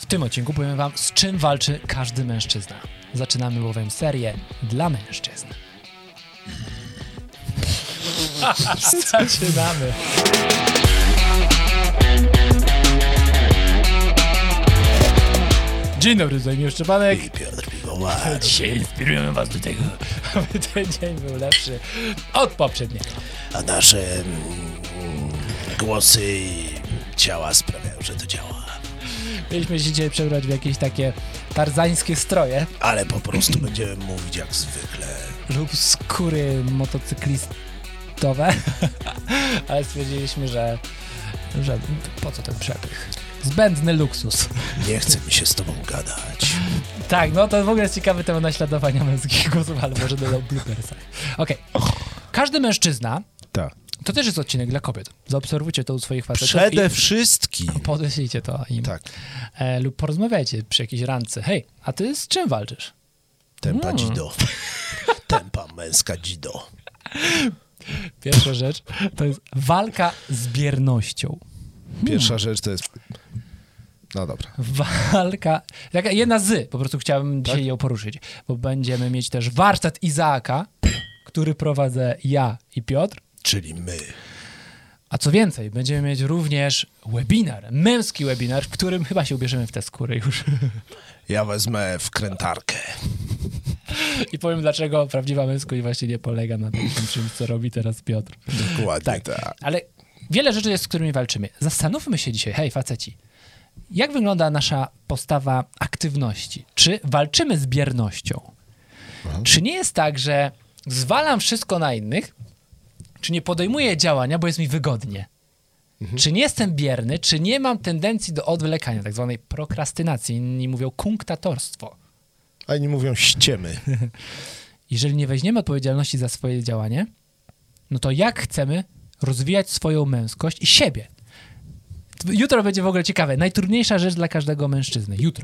tym odcinku powiem wam, z czym walczy każdy mężczyzna. Zaczynamy bowiem serię dla mężczyzn. Zaczynamy. Dzień dobry, tutaj Miłosz Szczepanek. I Piotr Piwowarz. Dzisiaj inspirujemy was do tego, aby ten dzień był lepszy od poprzedniego. A nasze głosy i ciała sprawiają, że to działa. Mieliśmy się dzisiaj przebrać w jakieś takie tarzańskie stroje. Ale po prostu będziemy mówić jak zwykle. Lub skóry motocyklistowe. Ale stwierdziliśmy, że po co ten przepych? Zbędny luksus. Nie chce mi się z tobą gadać. Tak, no to w ogóle jest ciekawy temat naśladowania męskich głosów, ale może dodał bloopersach. Okej. Każdy mężczyzna, Tak. to też jest odcinek dla kobiet. Zaobserwujcie to u swoich facetów. Przede wszystkim. Podeślijcie to im. Tak. Lub porozmawiajcie przy jakiejś randce. Hej, a ty z czym walczysz? Tempa dzido. Tempa męska dzido. Pierwsza rzecz to jest walka z biernością. Pierwsza rzecz to jest... No dobra. Walka, jedna z, po prostu chciałem dzisiaj ją poruszyć, bo będziemy mieć też warsztat Izaaka, który prowadzę ja i Piotr. Czyli my. A co więcej, będziemy mieć również webinar, męski webinar, w którym chyba się ubierzemy w te skóry już. Ja wezmę wkrętarkę. I powiem, dlaczego prawdziwa męskość właśnie nie polega na tym czymś, co robi teraz Piotr. Dokładnie tak. Ale wiele rzeczy jest, z którymi walczymy. Zastanówmy się dzisiaj, hej faceci, jak wygląda nasza postawa aktywności? Czy walczymy z biernością? Aha. Czy nie jest tak, że zwalam wszystko na innych, czy nie podejmuję działania, bo jest mi wygodnie? Czy nie jestem bierny, czy nie mam tendencji do odwlekania, tak zwanej prokrastynacji? Inni mówią kunktatorstwo. A inni mówią ściemy. Jeżeli nie weźmiemy odpowiedzialności za swoje działanie, no to jak chcemy rozwijać swoją męskość i siebie? Jutro będzie w ogóle ciekawe. Najtrudniejsza rzecz dla każdego mężczyzny. Jutro.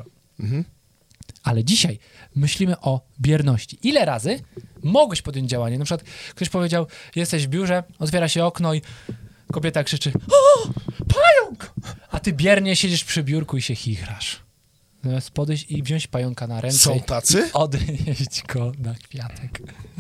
Ale dzisiaj myślimy o bierności. Ile razy mogłeś podjąć działanie? Na przykład ktoś powiedział, jesteś w biurze, otwiera się okno i kobieta krzyczy: o, pająk! A ty biernie siedzisz przy biurku i się chichrasz. Zamiast podejść i wziąć pająka na ręce. Są tacy? I odnieść go na kwiatek.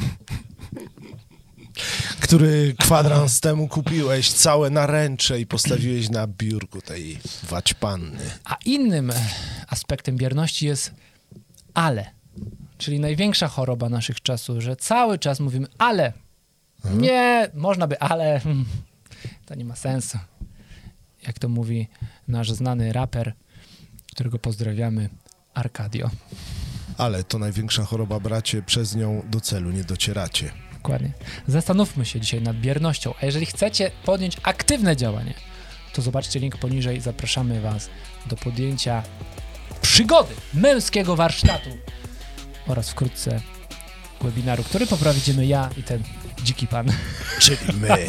Który kwadrans temu kupiłeś całe naręcze i postawiłeś na biurku tej waćpanny. A innym aspektem bierności jest ale. Czyli największa choroba naszych czasów, że cały czas mówimy ale. Nie, można by, ale to nie ma sensu. Jak to mówi nasz znany raper, którego pozdrawiamy, Arkadio. Ale to największa choroba, bracie, przez nią do celu nie docieracie. Dokładnie. Zastanówmy się dzisiaj nad biernością, a jeżeli chcecie podjąć aktywne działanie, to zobaczcie link poniżej, zapraszamy was do podjęcia przygody męskiego warsztatu oraz wkrótce webinaru, który poprowadzimy ja i ten dziki pan. Czyli my.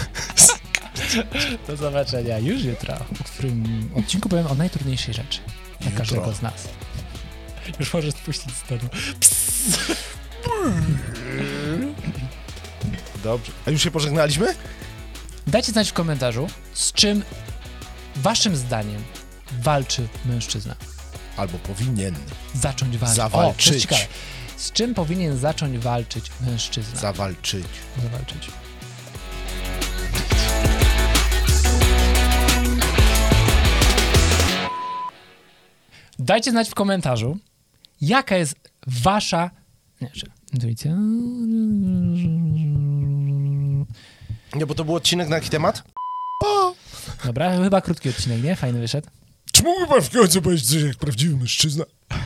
Do zobaczenia już jutro, w którym odcinku powiem o najtrudniejszej rzeczy dla każdego z nas. Już możesz spuścić z tonu. Dobrze. A już się pożegnaliśmy? Dajcie znać w komentarzu, z czym waszym zdaniem walczy mężczyzna. Albo powinien. Zacząć walczyć. Zawalczyć. O, to jest ciekawe. Z czym powinien zacząć walczyć mężczyzna? Zawalczyć. Zawalczyć. Dajcie znać w komentarzu, jaka jest wasza... Intuicja... Nie, bo to był odcinek na jaki temat? Dobra, chyba krótki odcinek, nie? Fajny wyszedł. Czy mógłby pan w końcu powiedzieć coś jak prawdziwy mężczyzna?